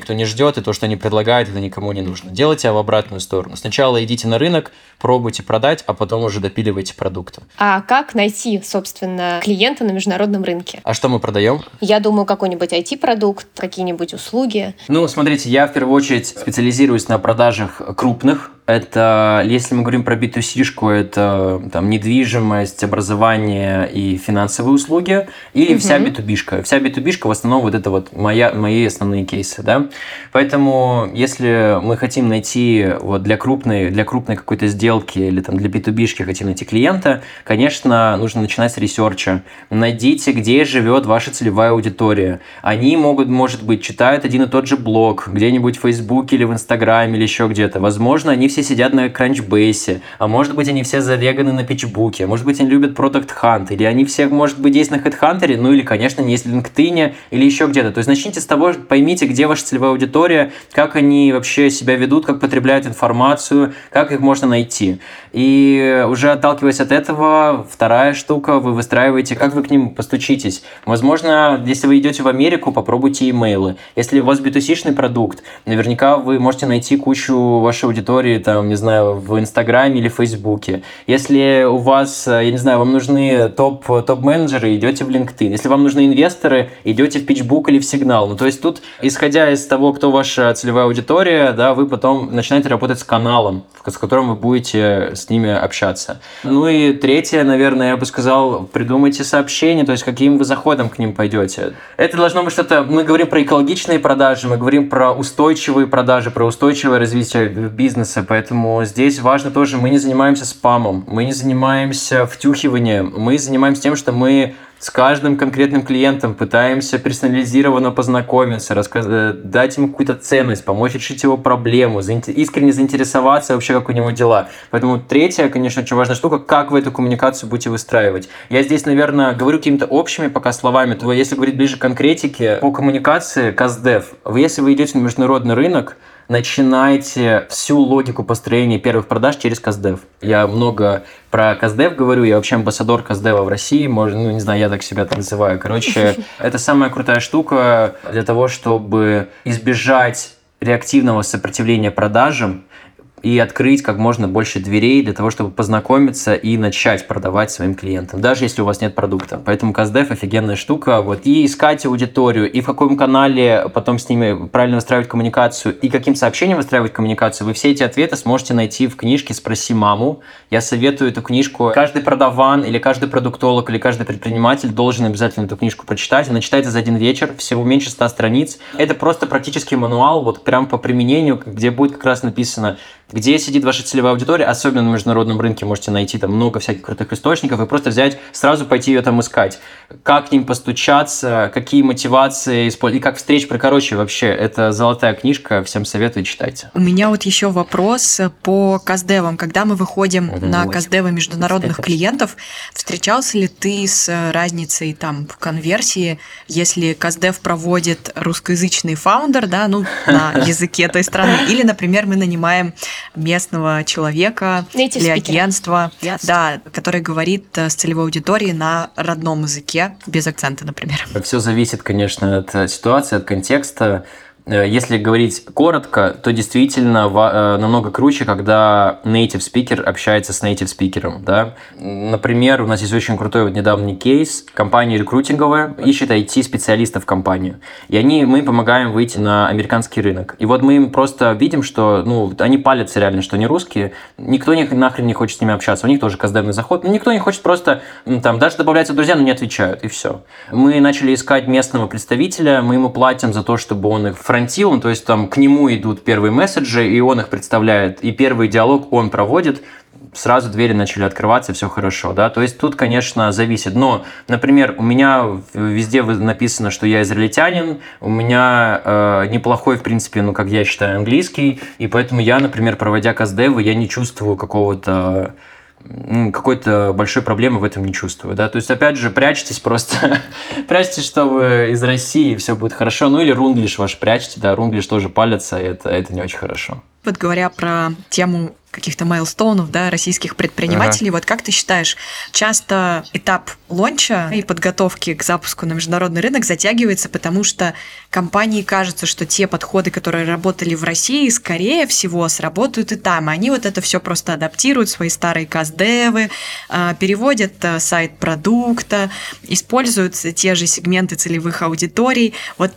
никто не ждет, и то, что они предлагают, это никому не нужно. Делайте в обратную сторону. Сначала идите на рынок, пробуйте продать, а потом уже допиливайте продукты. А как найти, собственно, клиента на международном рынке? А что мы продаем? Я думаю, какой-нибудь IT-продукт, какие-нибудь услуги. Ну, смотрите, я в первую очередь специализируюсь на продажах крупных. Это, если мы говорим про B2C-шку, это там недвижимость, образование и финансовые услуги, или вся B2B-шка. Вся B2B-шка в основном вот это вот мои основные кейсы, да. Поэтому, если мы хотим найти вот для крупной какой-то сделки или там для B2B-шки хотим найти клиента, конечно, нужно начинать с ресерча. Найдите, где живет ваша целевая аудитория. Они может быть, читают один и тот же блог где-нибудь в Фейсбуке или в Инстаграме или еще где-то. Возможно, они все сидят на Crunchbase, а может быть, они все зареганы на Питчбуке, может быть, они любят Product Hunt, или они все, может быть, есть на HeadHunter, ну или, конечно, есть в LinkedIn или еще где-то. То есть начните с того, поймите, где ваша целевая аудитория, как они вообще себя ведут, как потребляют информацию, как их можно найти. И уже отталкиваясь от этого, вторая штука, вы выстраиваете, как вы к ним постучитесь. Возможно, если вы идете в Америку, попробуйте имейлы. Если у вас B2C-шный продукт, наверняка вы можете найти кучу вашей аудитории, там, не знаю, в Инстаграме или Фейсбуке. Если у вас, я не знаю, вам нужны топ-менеджеры, идете в LinkedIn. Если вам нужны инвесторы, идете в Pitchbook или в Signal. Ну, то есть тут, исходя из того, кто ваша целевая аудитория, да, вы потом начинаете работать с каналом, с которым вы будете с ними общаться. Ну и третье, наверное, я бы сказал, придумайте сообщения, то есть каким вы заходом к ним пойдете. Это должно быть что-то, мы говорим про экологичные продажи, мы говорим про устойчивые продажи, про устойчивое развитие бизнеса, поэтому здесь важно тоже, мы не занимаемся спамом, мы не занимаемся втюхиванием, мы занимаемся тем, что мы с каждым конкретным клиентом пытаемся персонализированно познакомиться, дать ему какую-то ценность, помочь решить его проблему, искренне заинтересоваться вообще, как у него дела. Поэтому третья, конечно, очень важная штука, как вы эту коммуникацию будете выстраивать. Я здесь, наверное, говорю какими-то общими пока словами, то если говорить ближе к конкретике, по коммуникации, CastDev, если вы идете на международный рынок, начинайте всю логику построения первых продаж через CastDev. Я много про CastDev говорю, я вообще амбассадор CastDev в России, не знаю, я так себя называю. Короче, это самая крутая штука для того, чтобы избежать реактивного сопротивления продажам и открыть как можно больше дверей для того, чтобы познакомиться и начать продавать своим клиентам, даже если у вас нет продукта. Поэтому CastDev офигенная штука. И искать аудиторию, и в каком канале потом с ними правильно выстраивать коммуникацию, и каким сообщением выстраивать коммуникацию. Вы все эти ответы сможете найти в книжке «Спроси маму». Я советую эту книжку. Каждый продаван или каждый продуктолог или каждый предприниматель должен обязательно эту книжку прочитать. Она читается за один вечер, всего меньше 100 страниц. Это просто практический мануал, прям по применению, где будет как раз написано, где сидит ваша целевая аудитория, особенно на международном рынке можете найти там много всяких крутых источников, и просто взять, сразу пойти ее там искать. Как к ним постучаться, какие мотивации использовать, и как встреч. Короче, вообще, это золотая книжка, всем советую, читайте. У меня еще вопрос по CastDev'ам. Когда мы выходим на CastDev'ы международных клиентов, встречался ли ты с разницей там в конверсии, если CastDev проводит русскоязычный фаундер, да, на языке той страны, или, например, мы нанимаем местного человека или агентства, да, который говорит с целевой аудиторией на родном языке, без акцента, например. Все зависит, конечно, от ситуации, от контекста. Если говорить коротко, то действительно намного круче, когда native speaker общается с native speaker'ом, да. Например, у нас есть очень крутой недавний кейс. Компания рекрутинговая ищет IT-специалистов в компанию. И мы помогаем выйти на американский рынок. И мы им просто видим, что они палятся реально, что они русские. Никто нахрен не хочет с ними общаться. У них тоже CastDev'ный заход. Но никто не хочет просто даже добавляться в друзья, но не отвечают. И все. Мы начали искать местного представителя. Мы ему платим за то, чтобы он их фронтил, то есть там к нему идут первые месседжи, и он их представляет, и первый диалог он проводит, сразу двери начали открываться, все хорошо, да, то есть тут, конечно, зависит, но, например, у меня везде написано, что я израильтянин, у меня неплохой, в принципе, как я считаю, английский, и поэтому я, например, проводя CastDev, я не чувствую какой-то большой проблемы в этом не чувствую, да, то есть, опять же, прячьтесь просто, прячьтесь, что вы из России, и все будет хорошо, или рунглиш ваш прячьте, да, рунглиш тоже палится, и это не очень хорошо. Говоря про тему каких-то майлстоунов, да, российских предпринимателей. Вот как ты считаешь, часто этап лонча и подготовки к запуску на международный рынок затягивается, потому что компании кажется, что те подходы, которые работали в России, скорее всего, сработают и там. Они вот это все просто адаптируют, свои старые каздевы, переводят сайт продукта, используют те же сегменты целевых аудиторий. Вот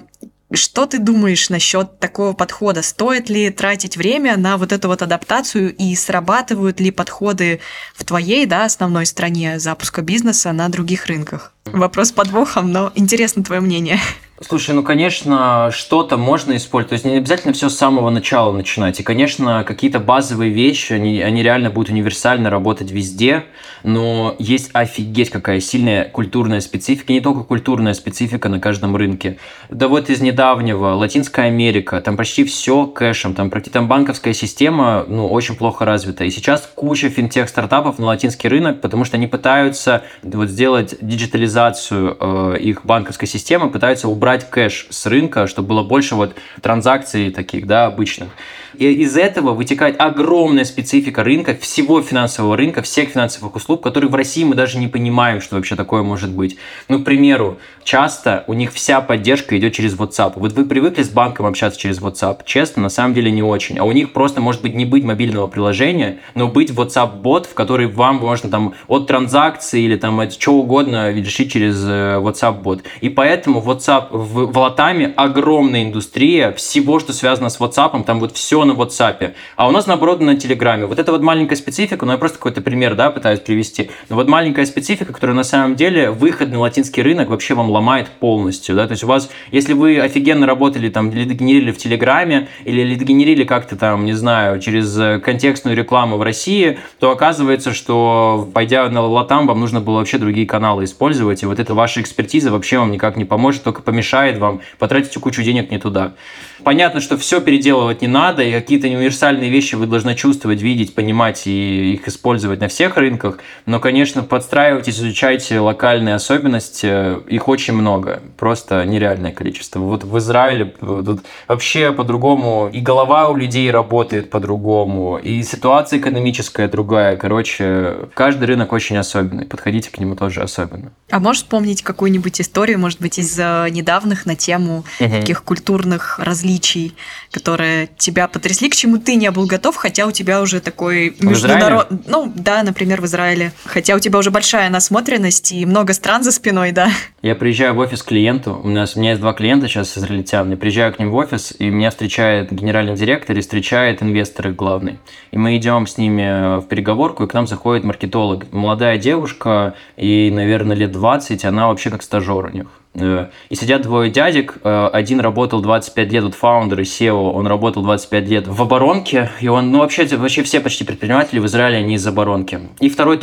что ты думаешь насчет такого подхода? Стоит ли тратить время на вот эту вот адаптацию и срабатывают ли подходы в твоей, да, основной стране запуска бизнеса на других рынках? Вопрос с подвохом, но интересно твое мнение. Слушай, ну, конечно, что-то можно использовать. То есть не обязательно все с самого начала начинать. И, конечно, какие-то базовые вещи, они реально будут универсально работать везде. Но есть офигеть какая сильная культурная специфика. И не только культурная специфика на каждом рынке. Да вот из недавнего Латинская Америка. Там почти все кэшем. Там банковская система, ну, очень плохо развита. И сейчас куча финтех-стартапов на латинский рынок, потому что они пытаются вот сделать диджитализацию их банковской системы, пытаются убрать кэш с рынка, чтобы было больше вот транзакций таких, да, обычных. И из этого вытекает огромная специфика рынка, всего финансового рынка, всех финансовых услуг, которые в России мы даже не понимаем, что вообще такое может быть. Ну, к примеру, часто у них вся поддержка идет через WhatsApp. Вот вы привыкли с банком общаться через WhatsApp. Честно, на самом деле не очень. А у них просто может быть не быть мобильного приложения, но быть WhatsApp-бот, в который вам можно там от транзакции или там от чего угодно решить через WhatsApp-бот. И поэтому WhatsApp в Латаме огромная индустрия всего, что связано с WhatsApp, там вот все на WhatsApp. А у нас, наоборот, на Телеграме. Вот это вот маленькая специфика, ну я просто какой-то пример, да, пытаюсь привести. Но вот маленькая специфика, которая на самом деле выход на латинский рынок вообще вам ломает полностью, да, то есть у вас, если вы офигенно работали там, лидогенерили в Телеграме или лидогенерили как-то там, не знаю, через контекстную рекламу в России, то оказывается, что пойдя на Латам, вам нужно было вообще другие каналы использовать, и вот эта ваша экспертиза вообще вам никак не поможет, только помешает вам, потратите кучу денег не туда. Понятно, что все переделывать не надо, и какие-то универсальные вещи вы должны чувствовать, видеть, понимать и их использовать на всех рынках. Но, конечно, подстраивайтесь, изучайте локальные особенности. Их очень много, просто нереальное количество. Вот в Израиле тут вообще по-другому, и голова у людей работает по-другому, и ситуация экономическая другая. Короче, каждый рынок очень особенный, подходите к нему тоже особенно. А можешь вспомнить какую-нибудь историю, может быть, из недавних на тему таких культурных различий, которые тебя потрясли, к чему ты не был готов, хотя у тебя уже такой международный... Ну, да, например, в Израиле. Хотя у тебя уже большая насмотренность и много стран за спиной, да. Я приезжаю в офис к клиенту, у меня есть 2 клиента сейчас израильтян, я приезжаю к ним в офис, и меня встречает генеральный директор и встречает инвестор их главный. И мы идем с ними в переговорку, и к нам заходит маркетолог. Молодая девушка, ей, наверное, лет 20, она вообще как стажер у них. И сидят 2 дядек, один работал 25 лет, вот фаундер и SEO, он работал 25 лет в оборонке, и он, ну вообще все почти предприниматели в Израиле, они из оборонки. И второй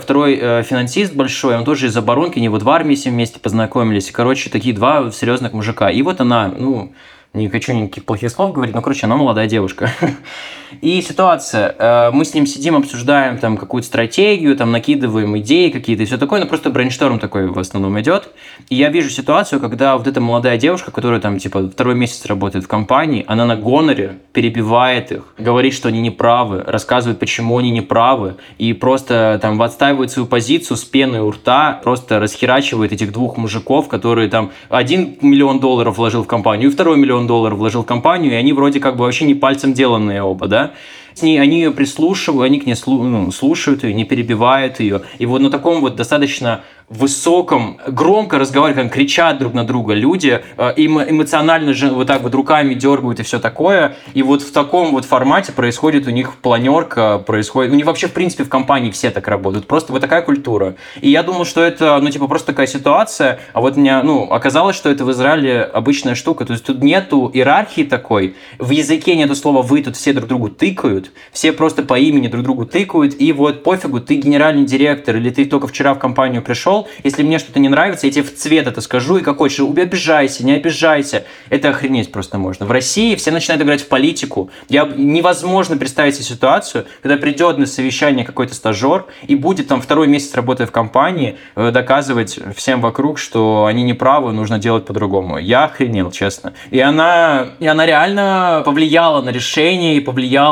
финансист большой, он тоже из оборонки, они вот в армии с ним вместе познакомились, и, короче, такие 2 серьезных мужика. И вот она, ну, не хочу никаких плохих слов говорить, но, короче, она молодая девушка. И ситуация, мы с ним сидим, обсуждаем там какую-то стратегию, там накидываем идеи какие-то и все такое, но просто брейншторм такой в основном идет. И я вижу ситуацию, когда вот эта молодая девушка, которая там типа 2-й месяц работает в компании, она на гоноре перебивает их, говорит, что они неправы, рассказывает, почему они неправы, и просто там отстаивает свою позицию с пеной у рта, просто расхерачивает этих 2 мужиков, которые там $1 миллион вложил в компанию, и $2 миллион вложил в компанию, и они вроде как бы вообще не пальцем деланные оба, да? Они ее прислушивают, они к ней слушают ее, не перебивают ее. И вот на таком вот достаточно высоком, громко разговаривают, кричат друг на друга люди, им эмоционально же вот так вот руками дергают и все такое. И вот в таком вот формате происходит у них планерка, происходит... У них вообще, в принципе, в компании все так работают. Просто вот такая культура. И я думал, что это, ну, типа, просто такая ситуация. А вот мне, оказалось, что это в Израиле обычная штука. То есть тут нету иерархии такой. В языке нету слова «вы», тут все друг другу тыкают. Все просто по имени друг другу тыкают. И вот пофигу, ты генеральный директор или ты только вчера в компанию пришел. Если мне что-то не нравится, я тебе в цвет это скажу, и какой же, обижайся, не обижайся. Это охренеть просто можно. В России все начинают играть в политику. Невозможно представить себе ситуацию, когда придет на совещание какой-то стажер и будет там 2-й месяц работая в компании доказывать всем вокруг, что они неправы, нужно делать по-другому. Я охренел, честно. И она реально повлияла на решение и повлияла на то,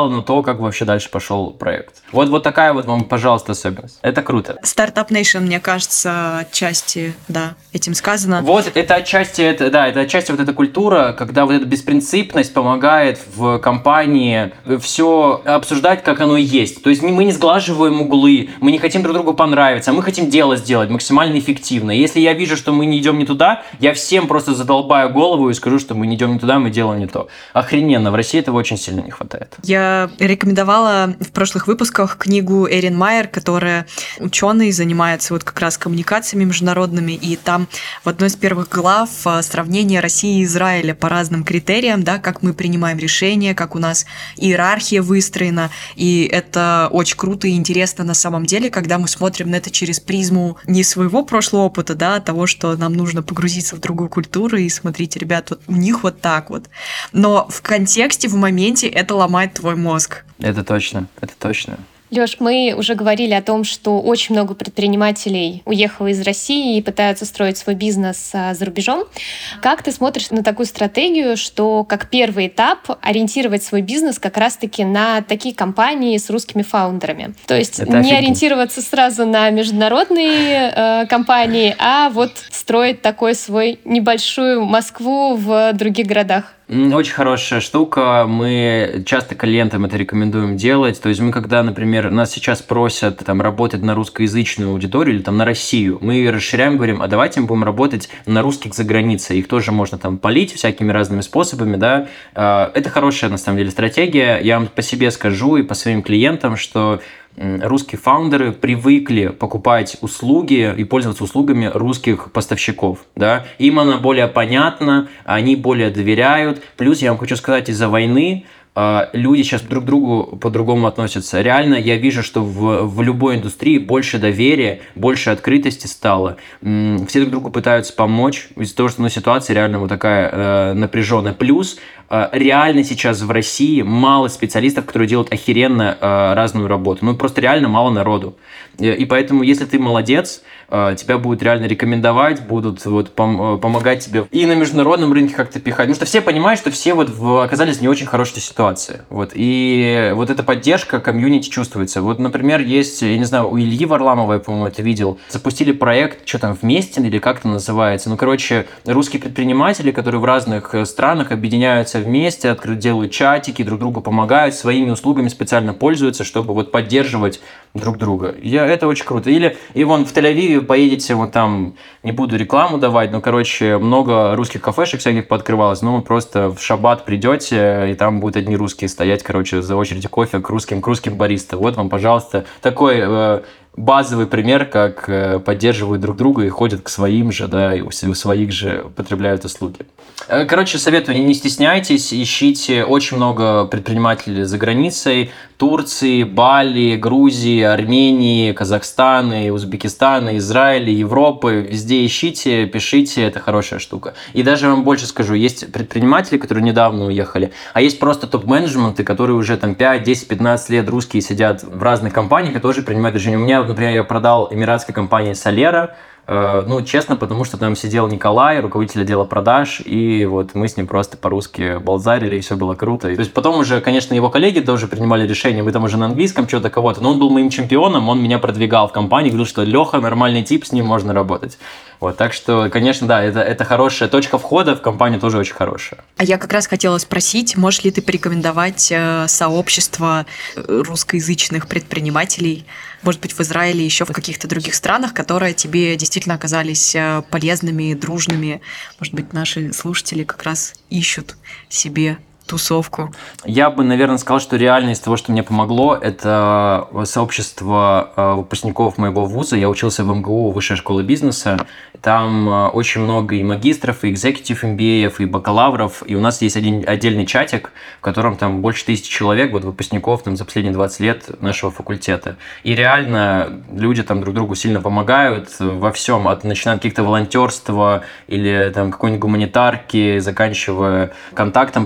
как вообще дальше пошел проект. Вот такая вот вам, пожалуйста, особенность. Это круто. Startup Nation, мне кажется, отчасти, да, этим сказано. Вот, это отчасти вот эта культура, когда вот эта беспринципность помогает в компании все обсуждать, как оно и есть. То есть мы не сглаживаем углы, мы не хотим друг другу понравиться, а мы хотим дело сделать максимально эффективно. И если я вижу, что мы не идем не туда, я всем просто задолбаю голову и скажу, что мы не идем не туда, мы делаем не то. Охрененно, в России этого очень сильно не хватает. Я рекомендовала в прошлых выпусках книгу Эрин Майер, которая ученый, занимается вот как раз коммуникациями международными, и там в одной из первых глав сравнение России и Израиля по разным критериям, да, как мы принимаем решения, как у нас иерархия выстроена, и это очень круто и интересно на самом деле, когда мы смотрим на это через призму не своего прошлого опыта, да, а того, что нам нужно погрузиться в другую культуру и смотрите, ребят, вот у них вот так вот. Но в контексте, в моменте это ломает твой мозг. Это точно, это точно. Лёш, мы уже говорили о том, что очень много предпринимателей уехало из России и пытаются строить свой бизнес за рубежом. Как ты смотришь на такую стратегию, что как первый этап ориентировать свой бизнес как раз-таки на такие компании с русскими фаундерами? То есть это не ориентироваться сразу на международные компании, а вот строить такой свой небольшую Москву в других городах? Очень хорошая штука. Мы часто клиентам это рекомендуем делать. То есть мы, когда, например, нас сейчас просят там, работать на русскоязычную аудиторию или там, на Россию, мы расширяем, говорим, а давайте мы будем работать на русских за границей. Их тоже можно там полить всякими разными способами. Да? Это хорошая, на самом деле, стратегия. Я вам по себе скажу и по своим клиентам, что русские фаундеры привыкли покупать услуги и пользоваться услугами русских поставщиков. Да? Им она более понятна, они более доверяют. Плюс я вам хочу сказать, из-за войны люди сейчас друг к другу по-другому относятся. Реально, я вижу, что в любой индустрии больше доверия, больше открытости стало. Все друг другу пытаются помочь из-за того, что ситуация реально вот такая напряженная. Плюс реально сейчас в России мало специалистов, которые делают охеренно разную работу. Ну, просто реально мало народу. И поэтому, если ты молодец, тебя будут реально рекомендовать, будут вот помогать тебе и на международном рынке как-то пихать. Потому что все понимают, что все вот оказались в не очень хорошей ситуации. Вот. И вот эта поддержка комьюнити чувствуется. Вот, например, есть, я не знаю, у Ильи Варламова, я, по-моему, это видел, запустили проект, что там, «Вместе» или как это называется. Ну, короче, русские предприниматели, которые в разных странах объединяются вместе, делают чатики, друг другу помогают, своими услугами специально пользуются, чтобы вот поддерживать друг друга. Это очень круто. И вон в Тель-Авиве поедете, вот там, не буду рекламу давать, но, короче, много русских кафешек всяких пооткрывалось, ну, просто в шаббат придете, и там будут одни русские стоять, короче, за очередью кофе к русским бариста. Вот вам, пожалуйста, такой базовый пример, как поддерживают друг друга и ходят к своим же, да, и у своих же потребляют услуги. Короче, советую, не стесняйтесь, ищите очень много предпринимателей за границей, Турции, Бали, Грузии, Армении, Казахстана, Узбекистана, Израиля, Европы. Везде ищите, пишите, это хорошая штука. И даже вам больше скажу, есть предприниматели, которые недавно уехали, а есть просто топ-менеджменты, которые уже там 5, 10, 15 лет русские сидят в разных компаниях и тоже принимают решения. У меня, например, я продал эмиратской компании Solera, ну, честно, потому что там сидел Николай, руководитель отдела продаж, и вот мы с ним просто по-русски болзарили, и все было круто. То есть потом уже, конечно, его коллеги тоже принимали решение, мы там уже на английском что-то кого-то, но он был моим чемпионом, он меня продвигал в компании, говорил, что Леха нормальный тип, с ним можно работать. Вот, так что, конечно, да, это хорошая точка входа в компанию, тоже очень хорошая. А я как раз хотела спросить, можешь ли ты порекомендовать сообщество русскоязычных предпринимателей, может быть, в Израиле, еще в каких-то других странах, которые тебе действительно оказались полезными, дружными? Может быть, наши слушатели как раз ищут себе тусовку? Я бы, наверное, сказал, что реально из того, что мне помогло, это сообщество выпускников моего вуза. Я учился в МГУ, Высшая школа бизнеса. Там очень много и магистров, и executive MBA, и бакалавров. И у нас есть один отдельный чатик, в котором там больше 1000 человек, вот выпускников там, за последние 20 лет нашего факультета. И реально люди там друг другу сильно помогают во всем, начиная от каких-то волонтерства или там какой-нибудь гуманитарки, заканчивая контактом поделиться.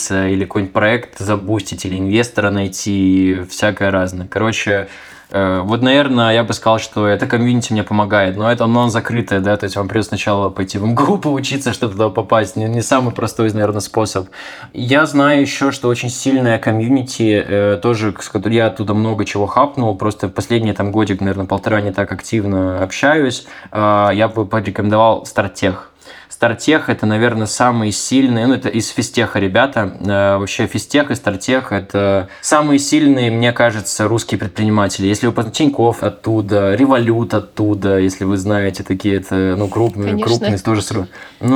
поделиться, или какой-нибудь проект забустить, или инвестора найти, всякое разное. Короче, вот, наверное, я бы сказал, что это комьюнити мне помогает, но это оно закрытое, да, то есть вам придется сначала пойти в МГУ поучиться, чтобы туда попасть, не самый простой, наверное, способ. Я знаю еще, что очень сильная комьюнити, тоже, с которой я оттуда много чего хапнул, просто последний там годик, наверное, полтора не так активно общаюсь, я бы порекомендовал Стартех. Стартех – это, наверное, самые сильные, это из физтеха ребята. Вообще физтех и Стартех – это самые сильные, мне кажется, русские предприниматели. Если вы Тинькофф оттуда, Револют оттуда, если вы знаете такие, это крупные тоже сразу.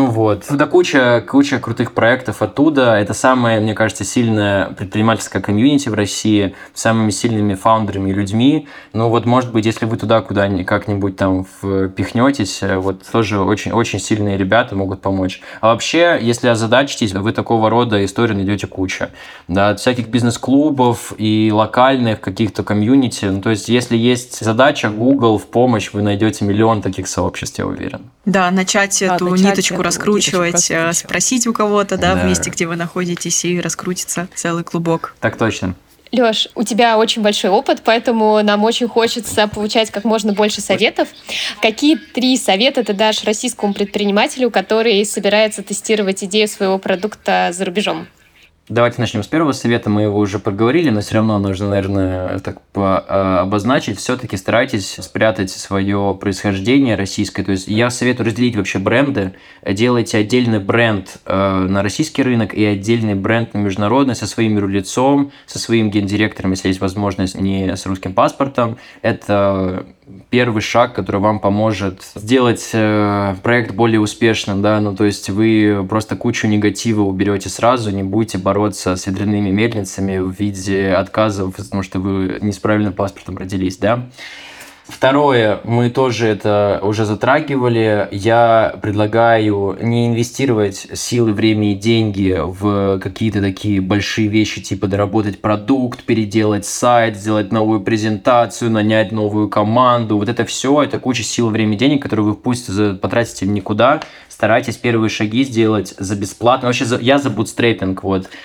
Да куча крутых проектов оттуда. Это самая, мне кажется, сильная предпринимательская комьюнити в России, с самыми сильными фаундерами и людьми. Может быть, если вы туда как-нибудь там впихнетесь, тоже очень сильные ребята могут помочь. А вообще, если озадачитесь, вы такого рода истории найдете кучу. Да, от всяких бизнес-клубов и локальных каких-то комьюнити. То есть, если есть задача, Google в помощь, вы найдете миллион таких сообществ, я уверен. Да, начать эту ниточку раскручивать, спросить у кого-то, да, в месте, где вы находитесь, и раскрутится целый клубок. Так точно. Лёш, у тебя очень большой опыт, поэтому нам очень хочется получать как можно больше советов. Какие 3 совета ты дашь российскому предпринимателю, который собирается тестировать идею своего продукта за рубежом? Давайте начнем с первого совета. Мы его уже проговорили, но все равно нужно, наверное, так обозначить. Все-таки старайтесь спрятать свое происхождение российское. То есть я советую разделить вообще бренды. Делайте отдельный бренд на российский рынок и отдельный бренд на международный со своим юрлицом, со своим гендиректором, если есть возможность, не с русским паспортом. Это первый шаг, который вам поможет сделать проект более успешным, да, то есть вы просто кучу негатива уберете сразу, не будете бороться с ветряными мельницами в виде отказов, потому что вы не с правильным паспортом родились, да. Второе, мы тоже это уже затрагивали. Я предлагаю не инвестировать силы, время и деньги в какие-то такие большие вещи, типа доработать продукт, переделать сайт, сделать новую презентацию, нанять новую команду. Это все, это куча сил, времени и денег, которые вы пусть потратите в никуда. Старайтесь первые шаги сделать за бесплатно. Вообще, я за бутстрейпинг.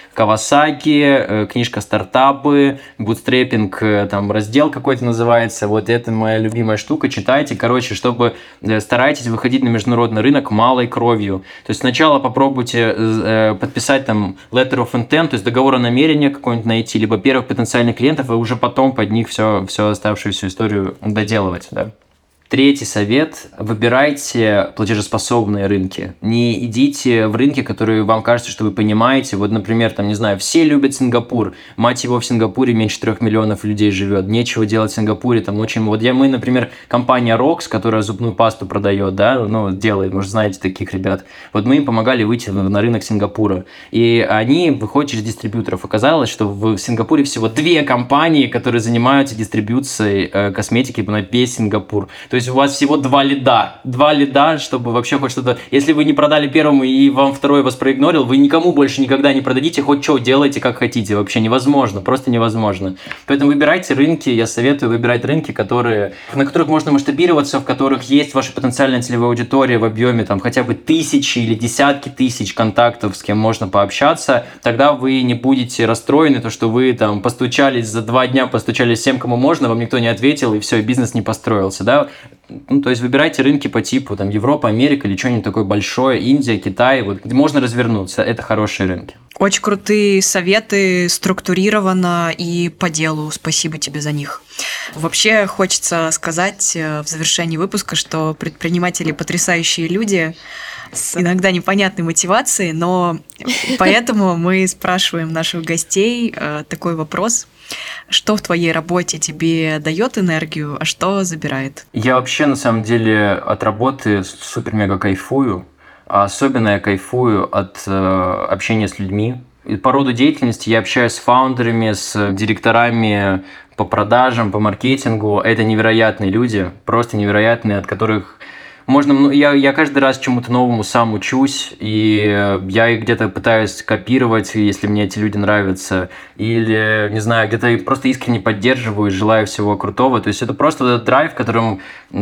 Кавасаки, книжка «Стартапы», бутстрейпинг, там раздел какой-то называется. Это моя любимая штука. Читайте. Чтобы старайтесь выходить на международный рынок малой кровью. То есть сначала попробуйте подписать там letter of intent, то есть договор о намерении какой-нибудь найти, либо первых потенциальных клиентов, и уже потом под них всю оставшуюся историю доделывать. Да? Третий совет – выбирайте платежеспособные рынки. Не идите в рынки, которые вам кажется, что вы понимаете. Например, все любят Сингапур. Мать его, в Сингапуре меньше 3 миллионов людей живет. Нечего делать в Сингапуре. Мы, например, компания Rox, которая зубную пасту продает, да, делает, может, знаете таких ребят. Мы им помогали выйти на рынок Сингапура. И они выходят через дистрибьюторов. Оказалось, что в Сингапуре всего 2 компании, которые занимаются дистрибьюцией косметики на весь Сингапур. То есть у вас всего 2 лида, чтобы вообще хоть что-то... Если вы не продали первому и вам второй вас проигнорил, вы никому больше никогда не продадите, хоть что, делайте как хотите. Вообще невозможно, просто невозможно. Поэтому выбирайте рынки, я советую выбирать рынки, на которых можно масштабироваться, в которых есть ваша потенциальная целевая аудитория в объеме хотя бы тысячи или десятки тысяч контактов, с кем можно пообщаться. Тогда вы не будете расстроены, что вы постучались за 2 дня, постучались всем, кому можно, вам никто не ответил, и все, и бизнес не построился, да. То есть выбирайте рынки по типу Европа, Америка или что-нибудь такое большое, Индия, Китай, где можно развернуться. Это хорошие рынки. Очень крутые советы, структурированно и по делу. Спасибо тебе за них. Вообще хочется сказать в завершении выпуска, что предприниматели потрясающие люди с иногда непонятной мотивацией, но поэтому мы спрашиваем наших гостей такой вопрос. Что в твоей работе тебе дает энергию, а что забирает? Я вообще, на самом деле, от работы супер-мега кайфую. А особенно я кайфую от общения с людьми. И по роду деятельности я общаюсь с фаундерами, с директорами по продажам, по маркетингу. Это невероятные люди, просто невероятные, от которых я каждый раз чему-то новому сам учусь, и я где-то пытаюсь копировать, если мне эти люди нравятся, или, не знаю, где-то просто искренне поддерживаю, желаю всего крутого. То есть это просто этот драйв, которым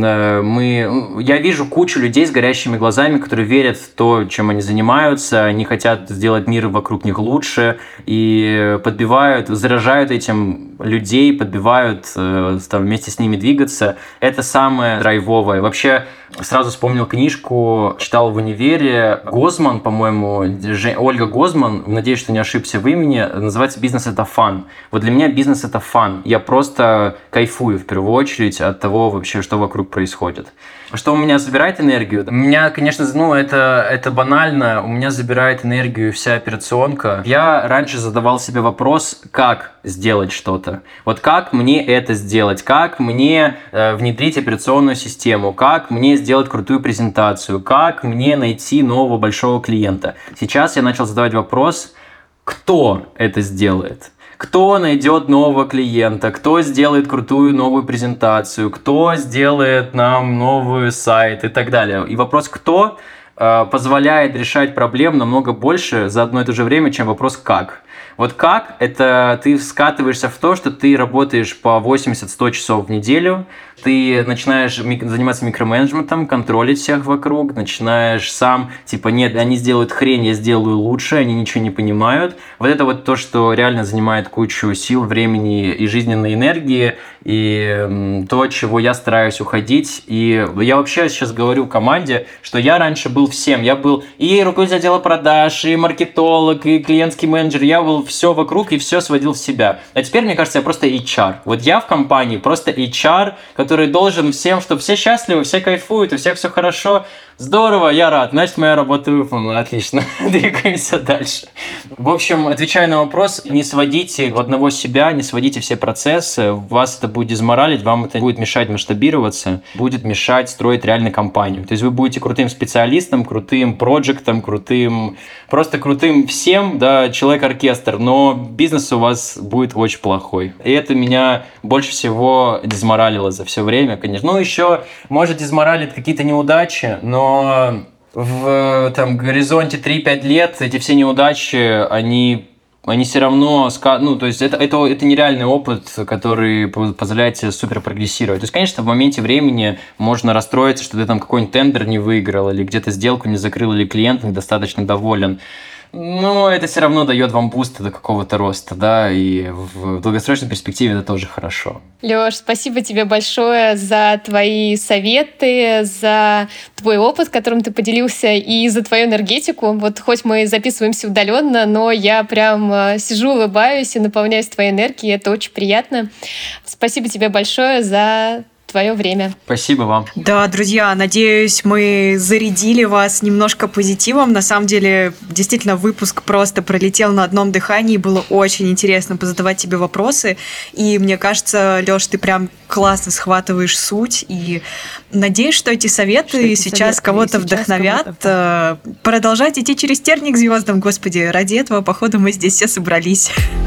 я вижу кучу людей с горящими глазами, которые верят в то, чем они занимаются, они хотят сделать мир вокруг них лучше, и заражают этим людей, подбивают вместе с ними двигаться. Это самое драйвовое. Вообще, сразу вспомнил книжку, читал в универе. Гозман, по-моему, Ольга Гозман, надеюсь, что не ошибся в имени, называется «Бизнес – это фан». Вот для меня бизнес – это фан. Я просто кайфую, в первую очередь, от того вообще, что вокруг происходит. Что у меня забирает энергию? У меня, конечно, это банально, у меня забирает энергию вся операционка. Я раньше задавал себе вопрос, как сделать что-то. Вот как мне это сделать? Как мне внедрить операционную систему? Как мне сделать крутую презентацию? Как мне найти нового большого клиента? Сейчас я начал задавать вопрос, кто это сделает? Кто найдет нового клиента, кто сделает крутую новую презентацию, кто сделает нам новый сайт и так далее. И вопрос «кто» позволяет решать проблем намного больше за одно и то же время, чем вопрос «как». Вот как? Это ты скатываешься в то, что ты работаешь по 80-100 часов в неделю, ты начинаешь заниматься микроменеджментом, контролить всех вокруг, начинаешь сам, нет, они сделают хрень, я сделаю лучше, они ничего не понимают. Вот это вот то, что реально занимает кучу сил, времени и жизненной энергии, и то, от чего я стараюсь уходить. И я вообще сейчас говорю команде, что я раньше был всем. Я был и руководитель отдела продаж, и маркетолог, и клиентский менеджер. Я был все вокруг и все сводил в себя. А теперь, мне кажется, я просто HR. Вот я в компании просто HR, который должен всем, чтобы все счастливы, все кайфуют, у всех все хорошо. Здорово, я рад. Значит, моя работа выполнена. Отлично. Двигаемся дальше. В общем, отвечая на вопрос, не сводите в одного себя, не сводите все процессы. Вас это будет дезморалить, вам это будет мешать масштабироваться, будет мешать строить реально компанию. То есть вы будете крутым специалистом, крутым проектом, просто крутым всем, да, человек-оркестр, но бизнес у вас будет очень плохой. И это меня больше всего дезморалило за все время, конечно. Еще может дезморалить какие-то неудачи, но в горизонте 3-5 лет эти все неудачи, они все равно, то есть это нереальный опыт, который позволяет тебе супер прогрессировать. То есть, конечно, в моменте времени можно расстроиться, что ты там какой-нибудь тендер не выиграл, или где-то сделку не закрыл, или клиент недостаточно доволен. Но это все равно дает вам буст до какого-то роста, да, и в долгосрочной перспективе это тоже хорошо. Лёш, спасибо тебе большое за твои советы, за твой опыт, которым ты поделился, и за твою энергетику. Вот хоть мы записываемся удаленно, но я прям сижу, улыбаюсь и наполняюсь твоей энергией, это очень приятно. Спасибо тебе большое за твое время. Спасибо вам. Да, друзья, надеюсь, мы зарядили вас немножко позитивом. На самом деле, действительно, выпуск просто пролетел на одном дыхании. Было очень интересно позадавать тебе вопросы. И мне кажется, Лёш, ты прям классно схватываешь суть. И надеюсь, что эти советы сейчас кого-то вдохновят. Продолжать идти через терник к звездам. Господи, ради этого, походу, мы здесь все собрались.